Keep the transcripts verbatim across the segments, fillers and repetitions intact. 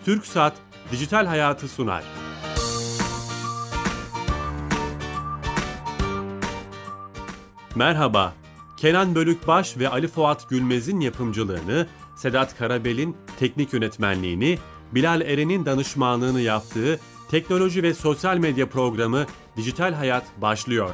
TürkSat Dijital Hayatı sunar. Merhaba, Kenan Bölükbaş ve Ali Fuat Gülmez'in yapımcılığını, Sedat Karabel'in teknik yönetmenliğini, Bilal Eren'in danışmanlığını yaptığı teknoloji ve sosyal medya programı Dijital Hayat başlıyor.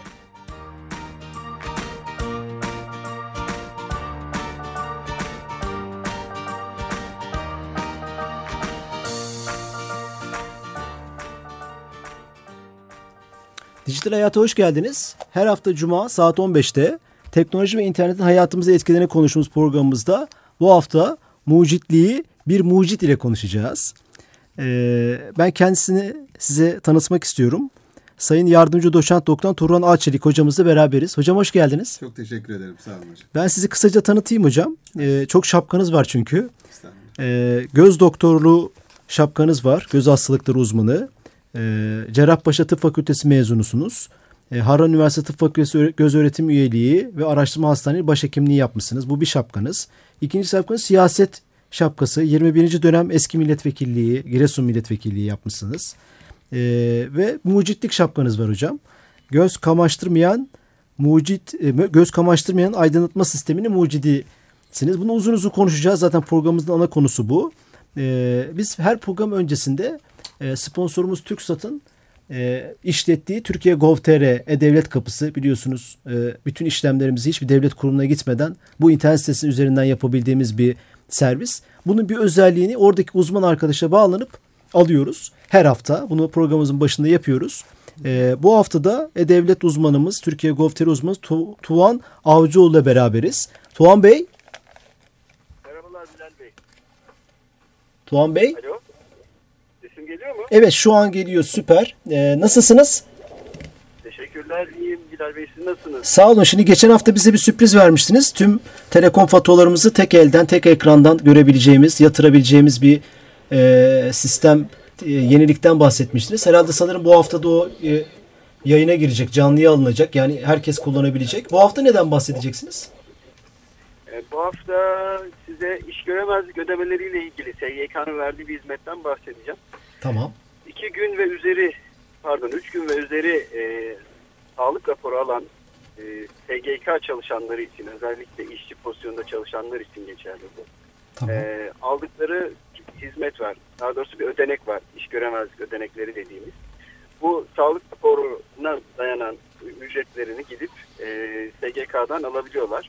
Dijital Hayat'a hoş geldiniz. Her hafta Cuma saat on beşte teknoloji ve internetin hayatımıza etkilerini konuştuğumuz programımızda bu hafta mucitliği bir mucit ile konuşacağız. Ee, ben kendisini size tanıtmak istiyorum. Sayın Yardımcı Doçent Doktor Turan Alçelik hocamızla beraberiz. Hocam hoş geldiniz. Çok teşekkür ederim. Sağ olun hocam. Ben sizi kısaca tanıtayım hocam. Ee, çok şapkanız var çünkü. Ee, göz doktorluğu şapkanız var. Göz hastalıkları uzmanı. Ee, Cerrahpaşa Tıp Fakültesi mezunusunuz. Ee, Harran Üniversitesi Tıp Fakültesi Göz Öğretim Üyeliği ve Araştırma Hastanesi Başhekimliği yapmışsınız. Bu bir şapkanız. İkinci şapkanız siyaset şapkası. yirmi birinci dönem eski milletvekilliği, Giresun milletvekilliği yapmışsınız. Ee, ve mucitlik şapkanız var hocam. Göz kamaştırmayan mucit, göz kamaştırmayan aydınlatma sisteminin mucidisiniz. Bunu uzun uzun konuşacağız. Zaten programımızın ana konusu bu. Ee, biz her program öncesinde e, sponsorumuz TürkSat'ın e, işlettiği Türkiye nokta gov nokta tr E-Devlet Kapısı, biliyorsunuz e, bütün işlemlerimizi hiçbir devlet kurumuna gitmeden bu internet sitesi üzerinden yapabildiğimiz bir servis. Bunun bir özelliğini oradaki uzman arkadaşa bağlanıp alıyoruz. Her hafta bunu programımızın başında yapıyoruz. E, bu hafta da E-Devlet uzmanımız, Türkiye nokta gov nokta tr uzmanı tu- Tuğan Avcıoğlu ile beraberiz. Tuğan Bey. Merhabalar Bilal Bey. Tuğan Bey. Alo. Sesim geliyor mu? Evet, şu an geliyor, süper. E, nasılsınız? Teşekkürler, iyiyim Bilal Bey, siz nasılsınız? Sağ olun. Şimdi geçen hafta bize bir sürpriz vermiştiniz. Tüm telekom faturalarımızı tek elden, tek ekrandan görebileceğimiz, yatırabileceğimiz bir e, sistem, e, yenilikten bahsetmiştiniz. Herhalde sanırım bu hafta da o e, yayına girecek, canlıya alınacak. Yani herkes kullanabilecek. Bu hafta neden bahsedeceksiniz? E, bu hafta size iş göremezlik ödemeleriyle ilgili S G K'nın verdiği bir hizmetten bahsedeceğim. Tamam. İki gün ve üzeri, pardon üç gün ve üzeri e, sağlık raporu alan e, S G K çalışanları için, özellikle işçi pozisyonunda çalışanlar için geçerli bu. Tamam. E, aldıkları hizmet var. Daha doğrusu bir ödenek var. İş göremezlik ödenekleri dediğimiz. Bu sağlık raporuna dayanan ücretlerini gidip e, S G K'dan alabiliyorlar.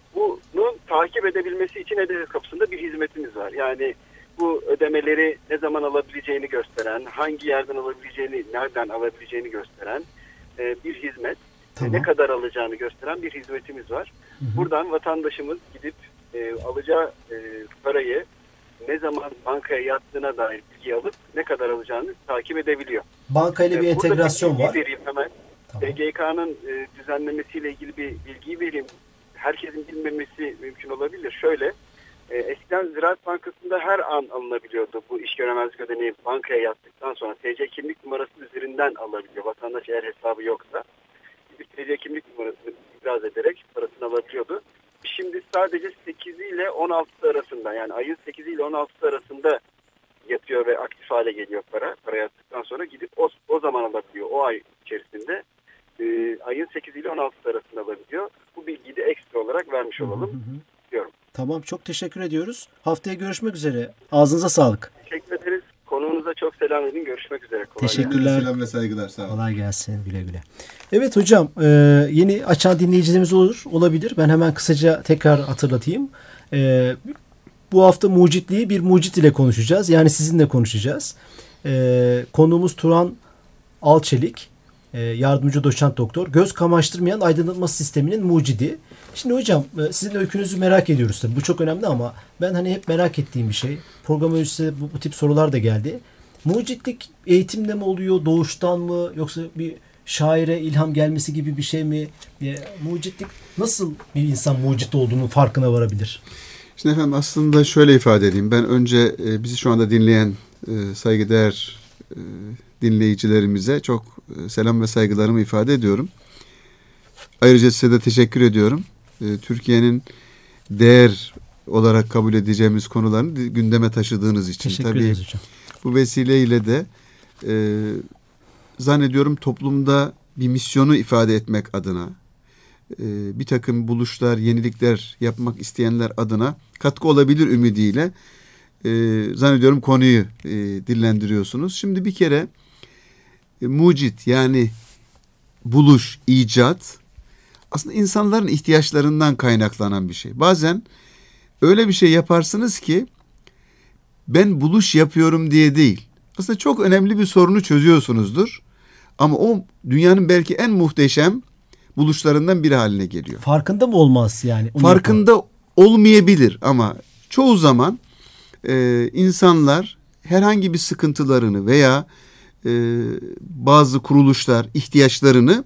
Bunu takip edebilmesi için E-Devlet Kapısı'nda bir hizmetimiz var. Yani bu ödemeleri ne zaman alabileceğini gösteren, hangi yerden alabileceğini, nereden alabileceğini gösteren e, bir hizmet. Tamam. Ne kadar alacağını gösteren bir hizmetimiz var. Hı hı. Buradan vatandaşımız gidip e, alacağı e, parayı ne zaman bankaya yattığına dair bilgi alıp ne kadar alacağını takip edebiliyor. Bankayla bir e, entegrasyon var. Vereyim hemen. Tamam. S G K'nın e, düzenlemesiyle ilgili bir bilgiyi vereyim. Herkesin bilmemesi mümkün olabilir. Şöyle, e, eskiden Ziraat Bankası'nda her an alınabiliyordu bu iş göremezlik ödeneği bankaya yattıktan sonra. T C kimlik numarası üzerinden alabiliyor. Vatandaş eğer hesabı yoksa bir T C kimlik numarasını ibraz ederek parasını alabiliyordu. Şimdi sadece sekiz ile on altı arasında, yani ayın sekiz ile on altı arasında yatıyor ve aktif hale geliyor para. Para yattıktan sonra gidip o, o zaman alabiliyor. O ay içerisinde e, ayın sekiz ile on altı arasında alabiliyor. Bu bilgiyi de ekstra olarak vermiş olalım hı hı. diyorum. Tamam, çok teşekkür ediyoruz. Haftaya görüşmek üzere. Ağzınıza sağlık. Teşekkür ederiz. Konuğunuza çok selam edin. Görüşmek üzere. Kolay Teşekkürler. Gelsin. Selam ve saygılar. Sağ olun. Kolay gelsin. Güle güle. Evet hocam, e, yeni açan dinleyicilerimiz olur, olabilir. Ben hemen kısaca tekrar hatırlatayım. E, bu hafta mucitliği bir mucit ile konuşacağız. Yani sizinle konuşacağız. E, konuğumuz Turan Alçelik. Yardımcı doçent doktor. Göz kamaştırmayan aydınlatma sisteminin mucidi. Şimdi hocam, sizin öykünüzü merak ediyoruz tabii. Bu çok önemli ama ben hani hep merak ettiğim bir şey. Program öncesinde bu, bu tip sorular da geldi. Mucitlik eğitimle mi oluyor? Doğuştan mı? Yoksa bir şaire ilham gelmesi gibi bir şey mi? E, mucitlik, nasıl bir insan mucit olduğunun farkına varabilir? Şimdi efendim, aslında şöyle ifade edeyim. Ben önce e, bizi şu anda dinleyen e, saygıdeğer e, dinleyicilerimize çok e, selam ve saygılarımı ifade ediyorum. Ayrıca size de teşekkür ediyorum. E, Türkiye'nin değer olarak kabul edeceğimiz konularını gündeme taşıdığınız için. Teşekkür Tabii ederiz hocam. Bu vesileyle de e, zannediyorum toplumda bir misyonu ifade etmek adına, e, bir takım buluşlar, yenilikler yapmak isteyenler adına katkı olabilir ümidiyle e, zannediyorum konuyu e, dillendiriyorsunuz. Şimdi bir kere e, mucit yani buluş, icat aslında insanların ihtiyaçlarından kaynaklanan bir şey. Bazen öyle bir şey yaparsınız ki ben buluş yapıyorum diye değil. Aslında çok önemli bir sorunu çözüyorsunuzdur. Ama o dünyanın belki en muhteşem buluşlarından biri haline geliyor. Farkında mı olmaz yani? Farkında yapalım. Olmayabilir ama çoğu zaman e, insanlar herhangi bir sıkıntılarını veya e, bazı kuruluşlar ihtiyaçlarını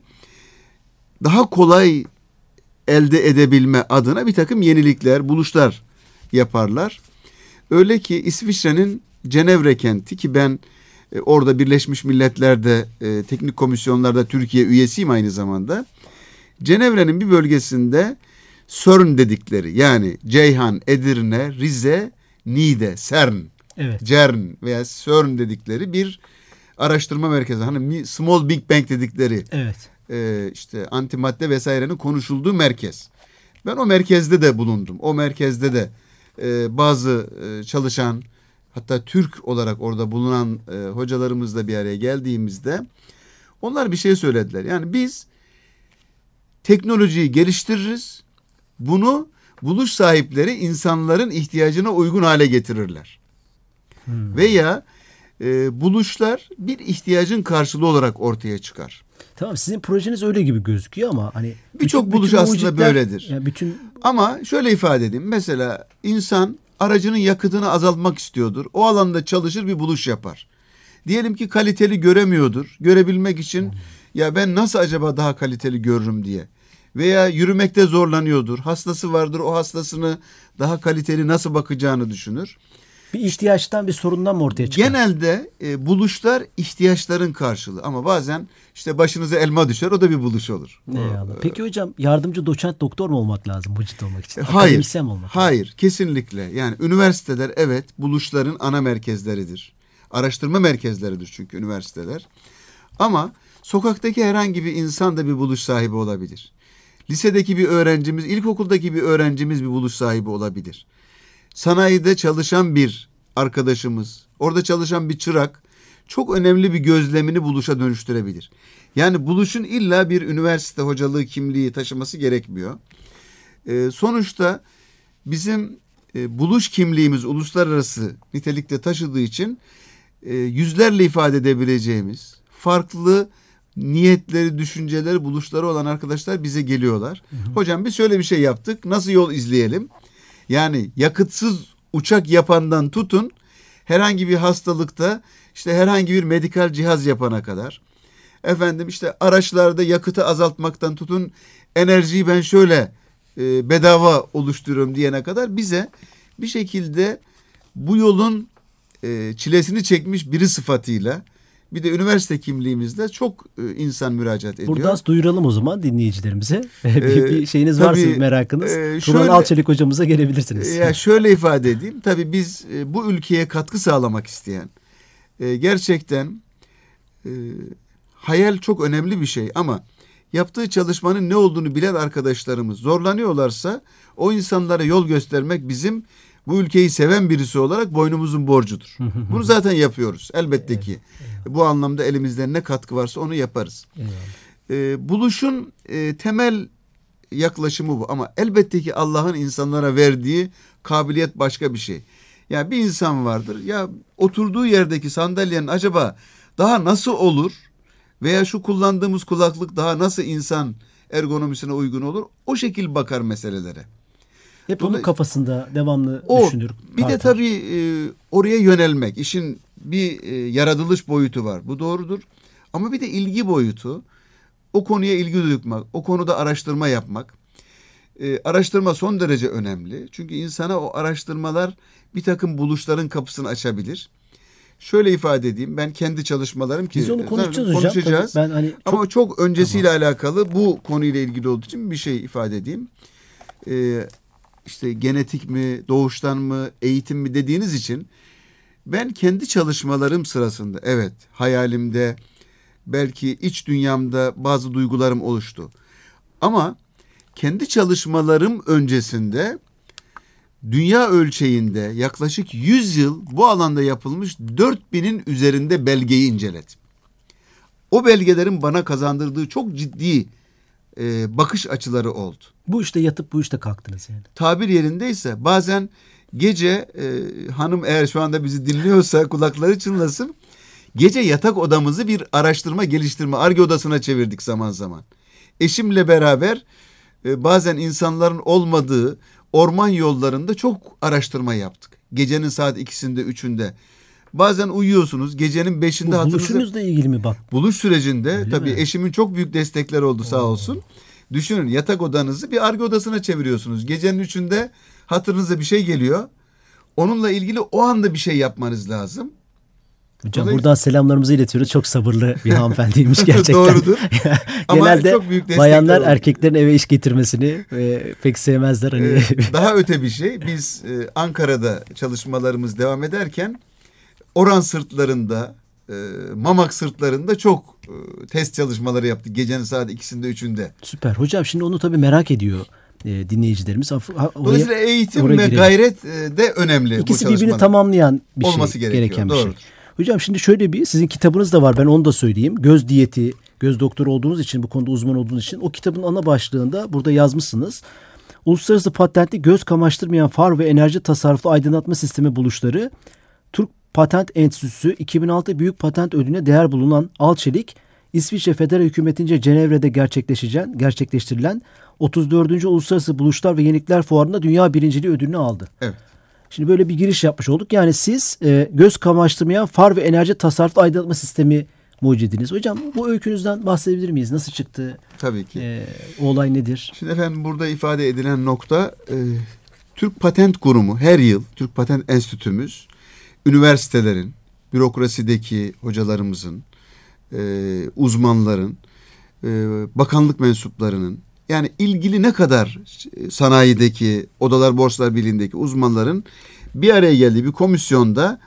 daha kolay elde edebilme adına bir takım yenilikler, buluşlar yaparlar. Öyle ki İsviçre'nin Cenevre kenti ki ben e, orada Birleşmiş Milletler'de e, teknik komisyonlarda Türkiye üyesiyim aynı zamanda. Cenevre'nin bir bölgesinde CERN dedikleri yani Ceyhan, Edirne, Rize, Niğde, CERN, evet. CERN veya CERN dedikleri bir araştırma merkezi. Hani Small Big Bang dedikleri evet. e, işte antimadde vesairenin konuşulduğu merkez. Ben o merkezde de bulundum. O merkezde de e, bazı e, çalışan hatta Türk olarak orada bulunan e, hocalarımızla bir araya geldiğimizde onlar bir şey söylediler. Yani biz teknolojiyi geliştiririz. Bunu buluş sahipleri insanların ihtiyacına uygun hale getirirler. Hmm. Veya e, buluşlar bir ihtiyacın karşılığı olarak ortaya çıkar. Tamam, sizin projeniz öyle gibi gözüküyor ama hani birçok buluş bütün aslında mucitler, böyledir. Yani bütün... Ama şöyle ifade edeyim. Mesela insan aracının yakıtını azaltmak istiyordur. O alanda çalışır, bir buluş yapar. Diyelim ki kaliteli göremiyordur. Görebilmek için hmm. ya ben nasıl acaba daha kaliteli görürüm diye. Veya yürümekte zorlanıyordur. Hastası vardır. O hastasını daha kaliteli nasıl bakacağını düşünür. Bir ihtiyaçtan, bir sorundan mı ortaya çıkar? Genelde e, buluşlar ihtiyaçların karşılığı. Ama bazen işte başınıza elma düşer, o da bir buluş olur. Eyvallah. Peki hocam, yardımcı doçent doktor mu olmak lazım mucit olmak için? Hayır. Akademisyen mi olmak hayır, lazım? Kesinlikle. Yani üniversiteler evet buluşların ana merkezleridir. Araştırma merkezleridir çünkü üniversiteler. Ama sokaktaki herhangi bir insan da bir buluş sahibi olabilir. Lisedeki bir öğrencimiz, ilkokuldaki bir öğrencimiz bir buluş sahibi olabilir. Sanayide çalışan bir arkadaşımız, orada çalışan bir çırak çok önemli bir gözlemini buluşa dönüştürebilir. Yani buluşun illa bir üniversite hocalığı kimliği taşıması gerekmiyor. Ee, sonuçta bizim e, buluş kimliğimiz uluslararası nitelikte taşıdığı için e, yüzlerle ifade edebileceğimiz farklı niyetleri, düşünceleri, buluşları olan arkadaşlar bize geliyorlar. Hı hı. Hocam biz şöyle bir şey yaptık. Nasıl yol izleyelim? Yani yakıtsız uçak yapandan tutun herhangi bir hastalıkta işte herhangi bir medikal cihaz yapana kadar. Efendim işte araçlarda yakıtı azaltmaktan tutun enerjiyi ben şöyle e, bedava oluşturuyorum diyene kadar bize bir şekilde bu yolun e, çilesini çekmiş biri sıfatıyla bir de üniversite kimliğimizde çok e, insan müracaat ediyor. Buradan duyuralım o zaman dinleyicilerimize. bir, bir şeyiniz varsa tabii, merakınız. E, Turan Alçelik hocamıza gelebilirsiniz. Ya şöyle ifade edeyim. Tabii biz e, bu ülkeye katkı sağlamak isteyen e, gerçekten e, hayal çok önemli bir şey ama yaptığı çalışmanın ne olduğunu bilen arkadaşlarımız zorlanıyorlarsa o insanlara yol göstermek bizim bu ülkeyi seven birisi olarak boynumuzun borcudur. Bunu zaten yapıyoruz. Elbette evet, ki evet. Bu anlamda elimizden ne katkı varsa onu yaparız. Evet. Ee, buluşun e, temel yaklaşımı bu. Ama elbette ki Allah'ın insanlara verdiği kabiliyet başka bir şey. Yani bir insan vardır. Ya oturduğu yerdeki sandalyenin acaba daha nasıl olur? Veya şu kullandığımız kulaklık daha nasıl insan ergonomisine uygun olur? O şekil bakar meselelere. Hep onun kafasında devamlı o, düşünür. Bir tartar. de tabii e, oraya yönelmek. İşin bir e, yaratılış boyutu var. Bu doğrudur. Ama bir de ilgi boyutu. O konuya ilgi duymak. O konuda araştırma yapmak. E, araştırma son derece önemli. Çünkü insana o araştırmalar bir takım buluşların kapısını açabilir. Şöyle ifade edeyim. Ben kendi çalışmalarım ki. Biz onu konuşacağız hocam. Konuşacağız. Ben hani çok... Ama çok öncesiyle tamam. alakalı bu konuyla ilgili olduğu için bir şey ifade edeyim. Ee, işte genetik mi, doğuştan mı, eğitim mi dediğiniz için Ben kendi çalışmalarım sırasında, evet, hayalimde, belki iç dünyamda bazı duygularım oluştu. Ama kendi çalışmalarım öncesinde dünya ölçeğinde yaklaşık yüz yıl bu alanda yapılmış dört binin üzerinde belgeyi inceledim. O belgelerin bana kazandırdığı çok ciddi e, bakış açıları oldu. Bu işte yatıp bu işte kalktınız yani. Tabir yerindeyse bazen gece e, hanım eğer şu anda bizi dinliyorsa kulakları çınlasın. Gece yatak odamızı bir araştırma, geliştirme, Ar-Ge odasına çevirdik zaman zaman. Eşimle beraber e, bazen insanların olmadığı orman yollarında çok araştırma yaptık. Gecenin saat ikisinde, üçünde. Bazen uyuyorsunuz, gecenin beşinde Bu hatırınıza... buluşunuzla ilgili mi bak? Buluş sürecinde Öyle tabii mi? eşimin çok büyük destekleri oldu sağ Oo. olsun. Düşünün, yatak odanızı bir Ar-Ge odasına çeviriyorsunuz. Gecenin üçünde hatırınıza bir şey geliyor. Onunla ilgili o anda bir şey yapmanız lazım. Hocam Dolayısıyla- buradan selamlarımızı iletiyoruz. Çok sabırlı bir hanımefendiymiş gerçekten. Doğrudur. Ama Genelde çok büyük destekler bayanlar oldu. erkeklerin eve iş getirmesini e, pek sevmezler. Hani Ee, daha öte bir şey. Biz e, Ankara'da çalışmalarımız devam ederken Oran sırtlarında, e, Mamak sırtlarında çok e, test çalışmaları yaptık. Gecenin saat ikisinde, üçünde. süper. Hocam şimdi onu tabii merak ediyor e, dinleyicilerimiz. Ha- oraya- Dolayısıyla eğitim oraya ve girelim. gayret e, de önemli. bu İkisi birbirini çalışmanın. tamamlayan bir Olması şey. gerekiyor, Gereken bir doğrudur. şey. Hocam şimdi şöyle bir sizin kitabınız da var. Ben onu da söyleyeyim. Göz diyeti, göz doktoru olduğunuz için, bu konuda uzman olduğunuz için o kitabın ana başlığında burada yazmışsınız. Uluslararası patentli göz kamaştırmayan far ve enerji tasarruflu aydınlatma sistemi buluşları, Türk Patent Enstitüsü iki bin altı Büyük Patent Ödülü'ne değer bulunan Alçelik, İsviçre Federal Hükümeti'nce Cenevre'de gerçekleşecek, gerçekleştirilen otuz dördüncü Uluslararası Buluşlar ve Yenilikler Fuarı'nda dünya birinciliği ödülünü aldı. Evet. Şimdi böyle bir giriş yapmış olduk. Yani siz e, göz kamaştırmayan far ve enerji tasarruflu aydınlatma sistemi mucidiniz. Hocam bu öykünüzden bahsedebilir miyiz? Nasıl çıktı? Tabii ki. E, o olay nedir? Şimdi efendim burada ifade edilen nokta e, Türk Patent Kurumu her yıl Türk Patent Enstitümüz üniversitelerin, bürokrasideki hocalarımızın, e, uzmanların, e, bakanlık mensuplarının, yani ilgili ne kadar sanayideki, Odalar Borsalar Birliği'ndeki uzmanların bir araya geldiği bir komisyonda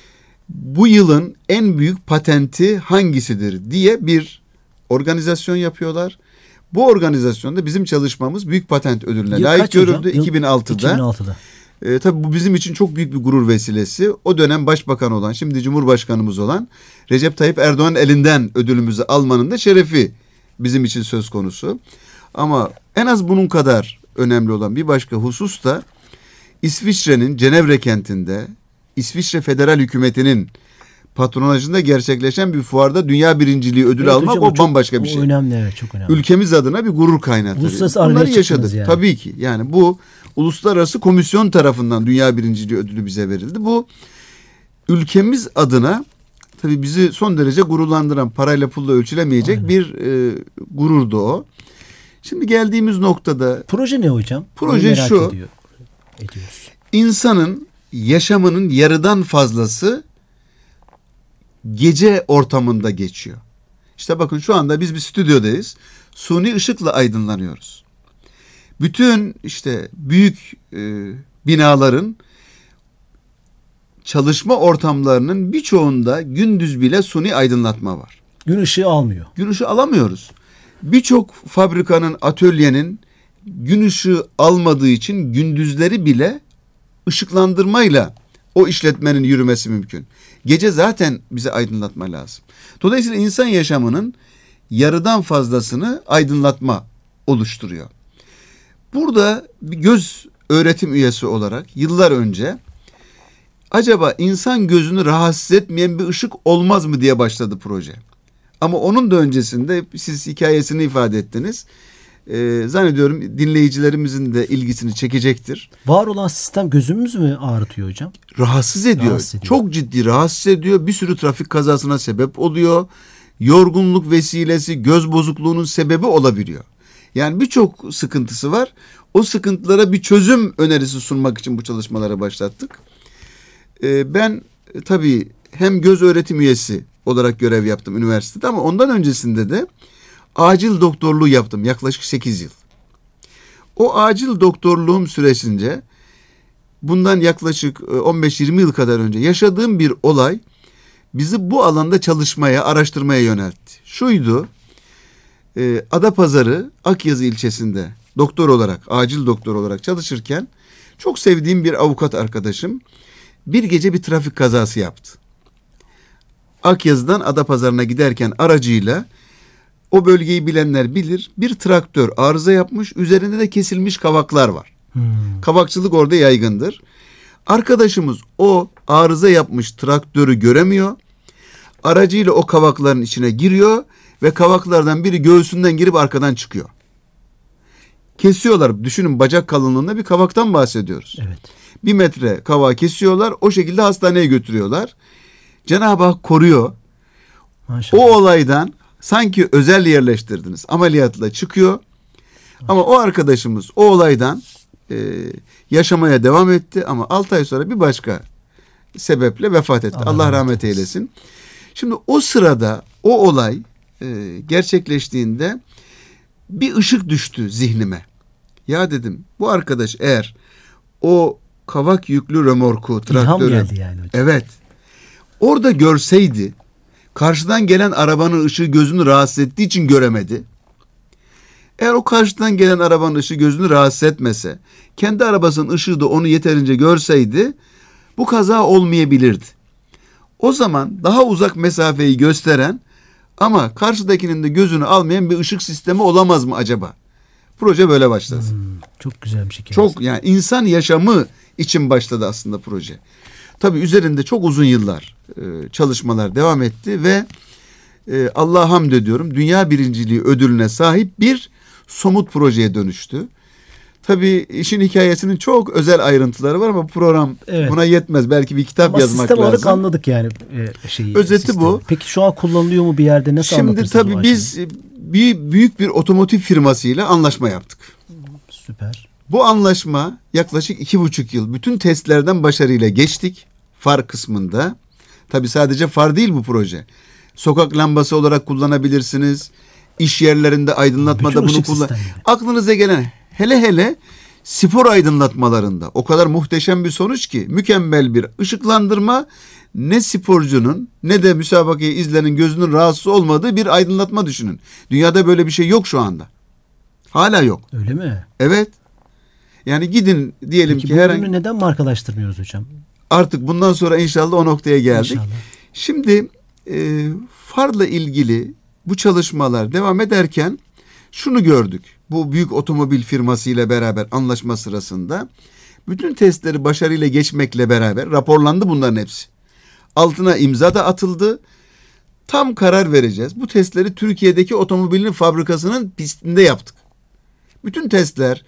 bu yılın en büyük patenti hangisidir diye bir organizasyon yapıyorlar. Bu organizasyonda bizim çalışmamız Büyük Patent Ödülü'ne Yıl layık kaç hocam? görüldü. Yıl- iki bin altıda. iki bin altıda. E, tabii bu bizim için çok büyük bir gurur vesilesi. O dönem başbakan olan, şimdi Cumhurbaşkanımız olan Recep Tayyip Erdoğan elinden ödülümüzü almanın da şerefi bizim için söz konusu. Ama en az bunun kadar önemli olan bir başka husus da İsviçre'nin Cenevre kentinde İsviçre Federal Hükümeti'nin patronajında gerçekleşen bir fuarda dünya birinciliği ödülü Evet almak hocam, o çok- bambaşka bir o şey. önemli, evet, çok önemli. Ülkemiz adına bir gurur kaynağı. tabii. Uluslararası Bunları arenaya çıktınız yaşadık. yani. Tabii ki. Yani bu uluslararası komisyon tarafından dünya birinciliği ödülü bize verildi. Bu ülkemiz adına tabii bizi son derece gururlandıran, parayla pulla ölçülemeyecek Aynen. bir e, gururdu o. Şimdi geldiğimiz noktada Proje ne hocam? Proje Onu merak şu. ediyor- ediyoruz. insanın yaşamının yarıdan fazlası gece ortamında geçiyor. İşte bakın şu anda biz bir stüdyodayız. Suni ışıkla aydınlanıyoruz. Bütün işte büyük e, binaların çalışma ortamlarının birçoğunda gündüz bile suni aydınlatma var. Gün ışığı almıyor. Gün ışığı alamıyoruz. Birçok fabrikanın, atölyenin gün ışığı almadığı için gündüzleri bile ışıklandırmayla o işletmenin yürümesi mümkün. Gece zaten bize aydınlatma lazım. Dolayısıyla insan yaşamının yarıdan fazlasını aydınlatma oluşturuyor. Burada bir göz öğretim üyesi olarak yıllar önce acaba insan gözünü rahatsız etmeyen bir ışık olmaz mı diye başladı proje. Ama onun da öncesinde siz hikayesini ifade ettiniz. Ee, zannediyorum dinleyicilerimizin de ilgisini çekecektir. Var olan sistem gözümüzü mü ağrıtıyor hocam? Rahatsız ediyor. Rahatsız ediyor. Çok ciddi rahatsız ediyor. Bir sürü trafik kazasına sebep oluyor. Yorgunluk vesilesi göz bozukluğunun sebebi olabiliyor. Yani birçok sıkıntısı var. O sıkıntılara bir çözüm önerisi sunmak için bu çalışmalara başlattık. Ee, ben e, tabii hem göz öğretim üyesi olarak görev yaptım üniversitede ama ondan öncesinde de acil doktorluğu yaptım yaklaşık sekiz yıl. O acil doktorluğum süresince bundan yaklaşık on beş yirmi yıl kadar önce yaşadığım bir olay bizi bu alanda çalışmaya, araştırmaya yöneltti. Şuydu, e, Adapazarı Akyazı ilçesinde doktor olarak, acil doktor olarak çalışırken çok sevdiğim bir avukat arkadaşım bir gece bir trafik kazası yaptı. Akyazı'dan Adapazarı'na giderken aracıyla, o bölgeyi bilenler bilir, bir traktör arıza yapmış, üzerinde de kesilmiş kavaklar var. Hmm. Kavakçılık orada yaygındır. Arkadaşımız o arıza yapmış traktörü göremiyor. Aracıyla o kavakların içine giriyor ve kavaklardan biri göğsünden girip arkadan çıkıyor. Kesiyorlar. Düşünün, bacak kalınlığında bir kavaktan bahsediyoruz. Evet. Bir metre kavağı kesiyorlar. O şekilde hastaneye götürüyorlar. Cenab-ı Hak koruyor. Maşallah. O olaydan sanki özel yerleştirdiniz. Ameliyatla çıkıyor. Maşallah. Ama o arkadaşımız o olaydan e, yaşamaya devam etti. Ama altı ay sonra bir başka sebeple vefat etti. Allah, Allah rahmet eylesin. Şimdi o sırada o olay e, gerçekleştiğinde bir ışık düştü zihnime. Ya dedim, bu arkadaş eğer o kavak yüklü römorku, traktörü, İlham geldi yani hocam. Evet, orada görseydi, karşıdan gelen arabanın ışığı gözünü rahatsız ettiği için göremedi. Eğer o karşıdan gelen arabanın ışığı gözünü rahatsız etmese, kendi arabasının ışığı da onu yeterince görseydi, bu kaza olmayabilirdi. O zaman daha uzak mesafeyi gösteren ama karşıdakinin de gözünü almayan bir ışık sistemi olamaz mı acaba? Proje böyle başladı. Hmm, çok güzel bir şey. Çok, yani insan yaşamı için başladı aslında proje. Tabii üzerinde çok uzun yıllar e, çalışmalar devam etti ve e, Allah'a hamd ediyorum, dünya birinciliği ödülüne sahip bir somut projeye dönüştü. Tabii işin hikayesinin çok özel ayrıntıları var ama program evet. buna yetmez. Belki bir kitap ama yazmak lazım. Sistem olarak anladık yani e, şeyi. Özeti sistemi. bu. Peki şu an kullanılıyor mu bir yerde? Nasıl anlatırsınız? Şimdi tabii biz bir, büyük bir otomotiv firmasıyla anlaşma yaptık. Süper. Bu anlaşma yaklaşık iki buçuk yıl. Bütün testlerden başarıyla geçtik. Far kısmında. Tabii sadece far değil bu proje. Sokak lambası olarak kullanabilirsiniz. İş yerlerinde aydınlatmada bütün bunu kullan. Aklınıza gelen, hele hele spor aydınlatmalarında o kadar muhteşem bir sonuç ki, mükemmel bir ışıklandırma, ne sporcunun ne de müsabakayı izleyenin gözünün rahatsız olmadığı bir aydınlatma düşünün. Dünyada böyle bir şey yok şu anda. Hala yok. Öyle mi? Evet. Yani gidin diyelim Peki ki bu herhangi... ürünü neden markalaştırmıyoruz hocam? Artık bundan sonra inşallah o noktaya geldik. İnşallah. Şimdi e, farla ilgili bu çalışmalar devam ederken şunu gördük. Bu büyük otomobil firmasıyla beraber anlaşma sırasında bütün testleri başarıyla geçmekle beraber raporlandı bunların hepsi. Altına imza da atıldı. Tam karar vereceğiz. Bu testleri Türkiye'deki otomobilin fabrikasının pistinde yaptık. Bütün testler,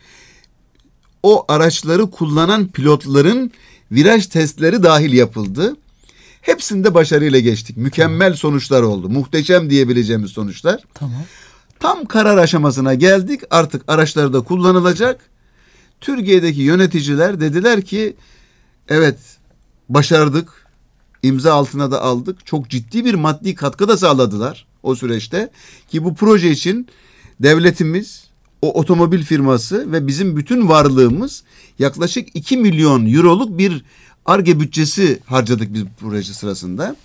o araçları kullanan pilotların viraj testleri dahil yapıldı. Hepsinde başarıyla geçtik. Mükemmel tamam. sonuçlar oldu. Muhteşem diyebileceğimiz sonuçlar. Tamam. Tam karar aşamasına geldik. Artık araçlarda kullanılacak. Türkiye'deki yöneticiler dediler ki evet, başardık. İmza altına da aldık. Çok ciddi bir maddi katkı da sağladılar o süreçte. Ki bu proje için devletimiz, o otomobil firması ve bizim bütün varlığımız yaklaşık iki milyon euroluk bir Ar-Ge bütçesi harcadık biz bu proje sırasında.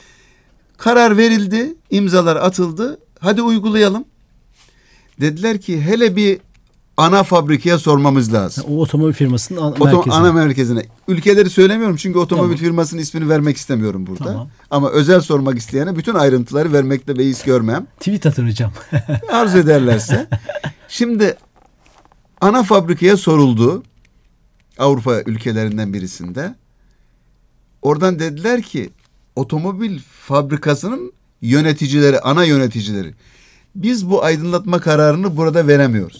Karar verildi, imzalar atıldı. Hadi uygulayalım. Dediler ki hele bir ana fabrikaya sormamız lazım. O otomobil firmasının ana, Otom- merkezine. ana merkezine. Ülkeleri söylemiyorum çünkü otomobil tamam. firmasının ismini vermek istemiyorum burada. Tamam. Ama özel sormak isteyene bütün ayrıntıları vermekte beis görmem. Tweet atın hocam. Arzu ederlerse. Şimdi ana fabrikaya soruldu. Avrupa ülkelerinden birisinde. Oradan dediler ki otomobil fabrikasının yöneticileri, ana yöneticileri, biz bu aydınlatma kararını burada veremiyoruz.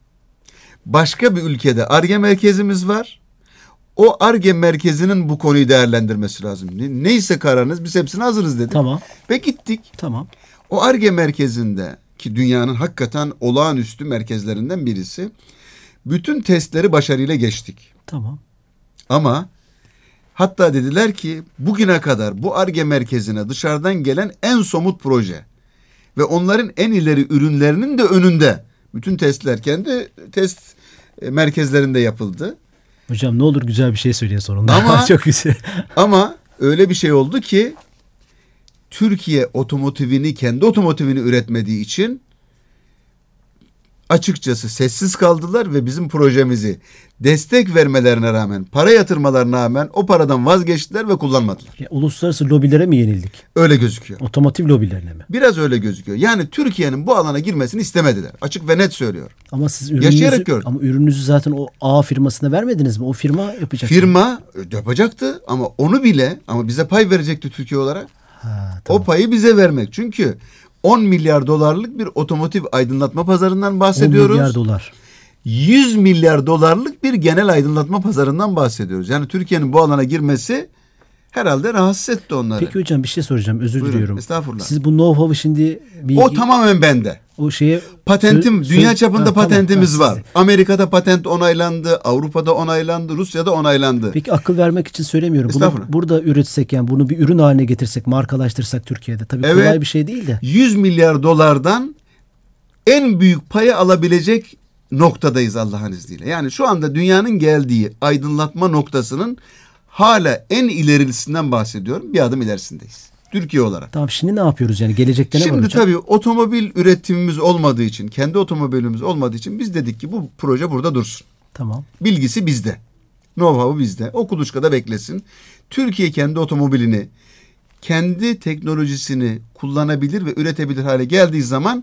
Başka bir ülkede Ar-Ge merkezimiz var. O Ar-Ge merkezinin bu konuyu değerlendirmesi lazım. Ne, neyse kararınız, biz hepsine hazırız dedik. Tamam. Ve gittik. Tamam. O Ar-Ge merkezinde, ki dünyanın hakikaten olağanüstü merkezlerinden birisi, bütün testleri başarıyla geçtik. Tamam. Ama hatta dediler ki bugüne kadar bu Ar-Ge merkezine dışarıdan gelen en somut proje ve onların en ileri ürünlerinin de önünde. Bütün testler kendi test merkezlerinde yapıldı. Hocam ne olur güzel bir şey söyleyin sonunda. Ama, Çok güzel. Ama öyle bir şey oldu ki Türkiye otomotivini, kendi otomotivini üretmediği için açıkçası sessiz kaldılar ve bizim projemizi destek vermelerine rağmen, para yatırmalarına rağmen o paradan vazgeçtiler ve kullanmadılar. Ya, uluslararası lobilere mi yenildik? Öyle gözüküyor. Otomotiv lobilerine mi? Biraz öyle gözüküyor. Yani Türkiye'nin bu alana girmesini istemediler. Açık ve net söylüyor. Ama siz ürününüzü, Yaşayarak gördüm. ama ürününüzü zaten o A firmasına vermediniz mi? O firma yapacak. Firma yapacaktı ama onu bile, ama bize pay verecekti Türkiye olarak. Ha, tamam. O payı bize vermek. Çünkü on milyar dolarlık bir otomotiv aydınlatma pazarından bahsediyoruz. on milyar dolar. yüz milyar dolarlık bir genel aydınlatma pazarından bahsediyoruz. Yani Türkiye'nin bu alana girmesi herhalde rahatsız etti onları. Peki hocam bir şey soracağım. Özür Buyurun, diliyorum. estağfurullah. Siz bu know-how'ı şimdi bilgi, O tamamen bende. o şeye Patentim, söz- dünya söz- çapında Ha, tamam, patentimiz tamam, var. siz- Amerika'da patent onaylandı, Avrupa'da onaylandı, Rusya'da onaylandı. Peki akıl vermek için söylemiyorum. Bunu Estağfurullah. burada üretsek, yani bunu bir ürün haline getirsek, markalaştırsak Türkiye'de. Tabii Evet. kolay bir şey değil de. yüz milyar dolardan en büyük payı alabilecek noktadayız Allah'ın izniyle. Yani şu anda dünyanın geldiği aydınlatma noktasının hala en ilerisinden bahsediyorum. Bir adım ilerisindeyiz. Türkiye olarak. Tamam, şimdi ne yapıyoruz yani? Gelecekte ne var Şimdi hocam? tabii otomobil üretimimiz olmadığı için, kendi otomobilimiz olmadığı için biz dedik ki bu proje burada dursun. Tamam. Bilgisi bizde. Know-how'u bizde. O kuluçkada beklesin. Türkiye kendi otomobilini, kendi teknolojisini kullanabilir ve üretebilir hale geldiği zaman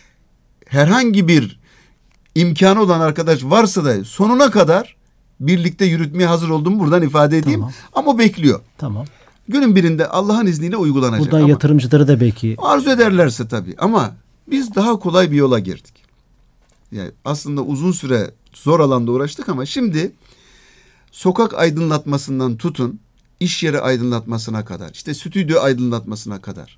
herhangi bir imkanı olan arkadaş varsa da sonuna kadar birlikte yürütmeye hazır olduğumu buradan ifade edeyim. Tamam. Ama bekliyor. Tamam. Günün birinde Allah'ın izniyle uygulanacak. Buradan ama yatırımcıları da belki arzu ederlerse tabii. Ama biz daha kolay bir yola girdik. Yani aslında uzun süre zor alanda uğraştık ama şimdi sokak aydınlatmasından tutun, iş yeri aydınlatmasına kadar, işte stüdyo aydınlatmasına kadar,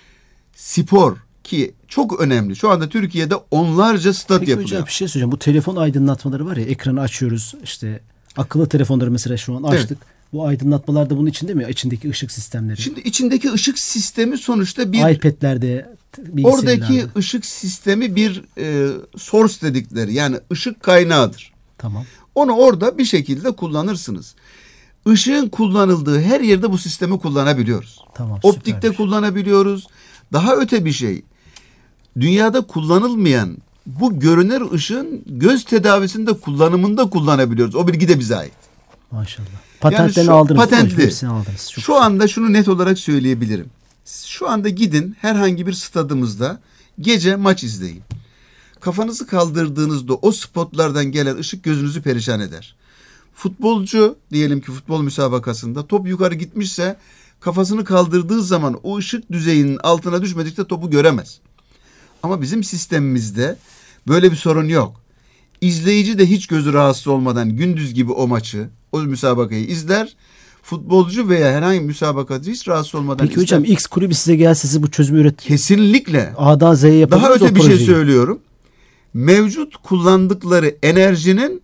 spor ki çok önemli. Şu anda Türkiye'de onlarca stat Peki yapılıyor. hocam bir şey söyleyeceğim. Bu telefon aydınlatmaları var ya, ekranı açıyoruz, işte akıllı telefonları mesela şu an açtık. Bu aydınlatmalar da bunun içinde mi? İçindeki ışık sistemleri. Şimdi içindeki ışık sistemi sonuçta bir iPad'lerde, bilgisayarlarda. oradaki ışık sistemi bir e, source dedikleri, yani ışık kaynağıdır. Tamam. Onu orada bir şekilde kullanırsınız. Işığın kullanıldığı her yerde bu sistemi kullanabiliyoruz. Tamam. Optikte süpermiş. kullanabiliyoruz. Daha öte bir şey. Dünyada kullanılmayan bu görünür ışığın göz tedavisinde kullanımında kullanabiliyoruz. O bilgi de bize ait. Maşallah. Patentlerini şu- aldınız değil mi hocam? patentli. Hepsini aldınız. Çok Şu anda şunu net olarak söyleyebilirim. Şu anda gidin herhangi bir stadımızda gece maç izleyin. Kafanızı kaldırdığınızda o spotlardan gelen ışık gözünüzü perişan eder. Futbolcu diyelim ki futbol müsabakasında top yukarı gitmişse kafasını kaldırdığı zaman o ışık düzeyinin altına düşmedikçe topu göremez. Ama bizim sistemimizde böyle bir sorun yok. İzleyici de hiç gözü rahatsız olmadan gündüz gibi o maçı, o müsabakayı izler. Futbolcu veya herhangi bir müsabakacı hiç rahatsız olmadan Peki izler. hocam X kulübü size gelse, siz bu çözümü üret. Kesinlikle. A'dan Z'ye yapabiliriz Daha o öte bir şey projeyi. söylüyorum. Mevcut kullandıkları enerjinin,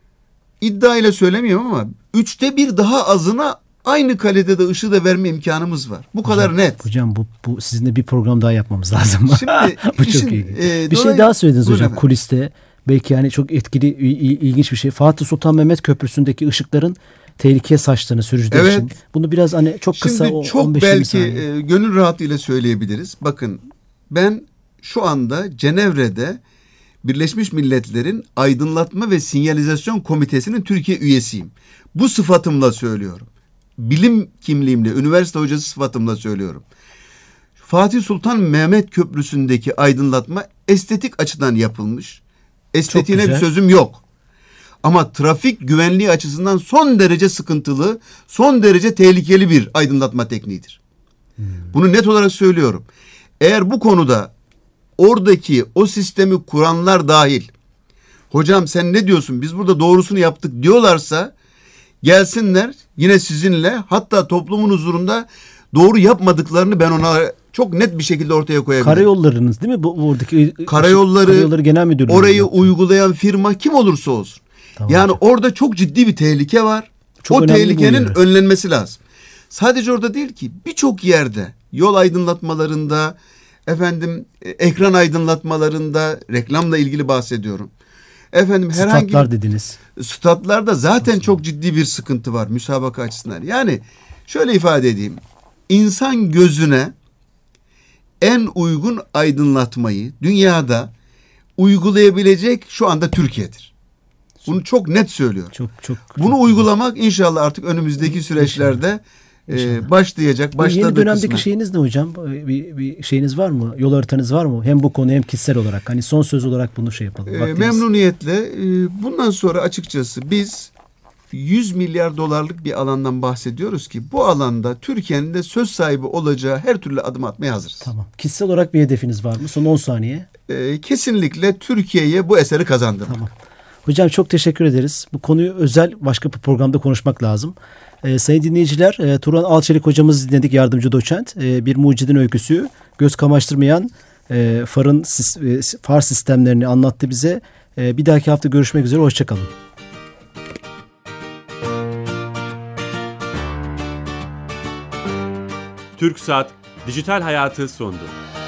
iddia ile söylemiyorum ama üçte bir daha azına aynı kalitede ışığı da verme imkanımız var. Bu kadar net. Hocam bu, bu sizinle bir program daha yapmamız lazım. Şimdi bu işin, çok ilginç. e, bir şey dolayı- daha söylediniz Buyurun hocam efendim. kuliste. Belki yani çok etkili, il- il- ilginç bir şey. Fatih Sultan Mehmet Köprüsü'ndeki ışıkların tehlikeye saçtığını sürücüler Evet. için. Bunu biraz hani çok kısa, Şimdi o çok on beş yirmi belki saniye. e, gönül rahatlığıyla söyleyebiliriz. Bakın ben şu anda Cenevre'de Birleşmiş Milletler'in Aydınlatma ve Sinyalizasyon Komitesi'nin Türkiye üyesiyim. Bu sıfatımla söylüyorum. Bilim kimliğimle, üniversite hocası sıfatımla söylüyorum. Fatih Sultan Mehmet Köprüsü'ndeki aydınlatma estetik açıdan yapılmış. Estetiğine bir güzel. sözüm yok. Ama trafik güvenliği açısından son derece sıkıntılı, son derece tehlikeli bir aydınlatma tekniğidir. Hmm. Bunu net olarak söylüyorum. Eğer bu konuda oradaki o sistemi kuranlar dahil, hocam sen ne diyorsun, biz burada doğrusunu yaptık diyorlarsa gelsinler yine sizinle, hatta toplumun huzurunda doğru yapmadıklarını ben ona çok net bir şekilde ortaya koyabilirim. Karayollarınız değil mi? Bu oradaki Karayolları, Karayolları Genel Müdürlüğü. orayı yaptı. uygulayan firma kim olursa olsun. Tamam yani hocam. orada çok ciddi bir tehlike var. Çok o önemli bu tehlikenin yani. önlenmesi lazım. Sadece orada değil ki, birçok yerde yol aydınlatmalarında, efendim e, ekran aydınlatmalarında, reklamla ilgili bahsediyorum. Efendim herhangi Statlar dediniz. statlarda zaten çok ciddi bir sıkıntı var müsabaka açısından. Yani şöyle ifade edeyim. İnsan gözüne en uygun aydınlatmayı dünyada uygulayabilecek şu anda Türkiye'dir. Bunu çok net söylüyorum. Çok çok. Bunu çok uygulamak inşallah artık önümüzdeki süreçlerde e, başlayacak. Bu Başladı yeni dönemdeki kısmen. şeyiniz ne hocam? Bir, bir şeyiniz var mı? Yol haritanız var mı? Hem bu konu hem kişisel olarak. Hani son söz olarak bunu şey yapalım. E, Vaktiniz- memnuniyetle. E, bundan sonra açıkçası biz yüz milyar dolarlık bir alandan bahsediyoruz ki bu alanda Türkiye'nin de söz sahibi olacağı her türlü adım atmaya hazırız. Tamam. Kişisel olarak bir hedefiniz var mı? Son on saniye. E, kesinlikle Türkiye'ye bu eseri kazandırmak. Tamam. Hocam çok teşekkür ederiz. Bu konuyu özel başka bir programda konuşmak lazım. Ee, sayın dinleyiciler, e, Turan Alçelik hocamızı dinledik, yardımcı doçent. E, bir mucidin öyküsü, göz kamaştırmayan e, farın e, far sistemlerini anlattı bize. E, bir dahaki hafta görüşmek üzere, hoşçakalın. TürkSat Dijital Hayatı sundu.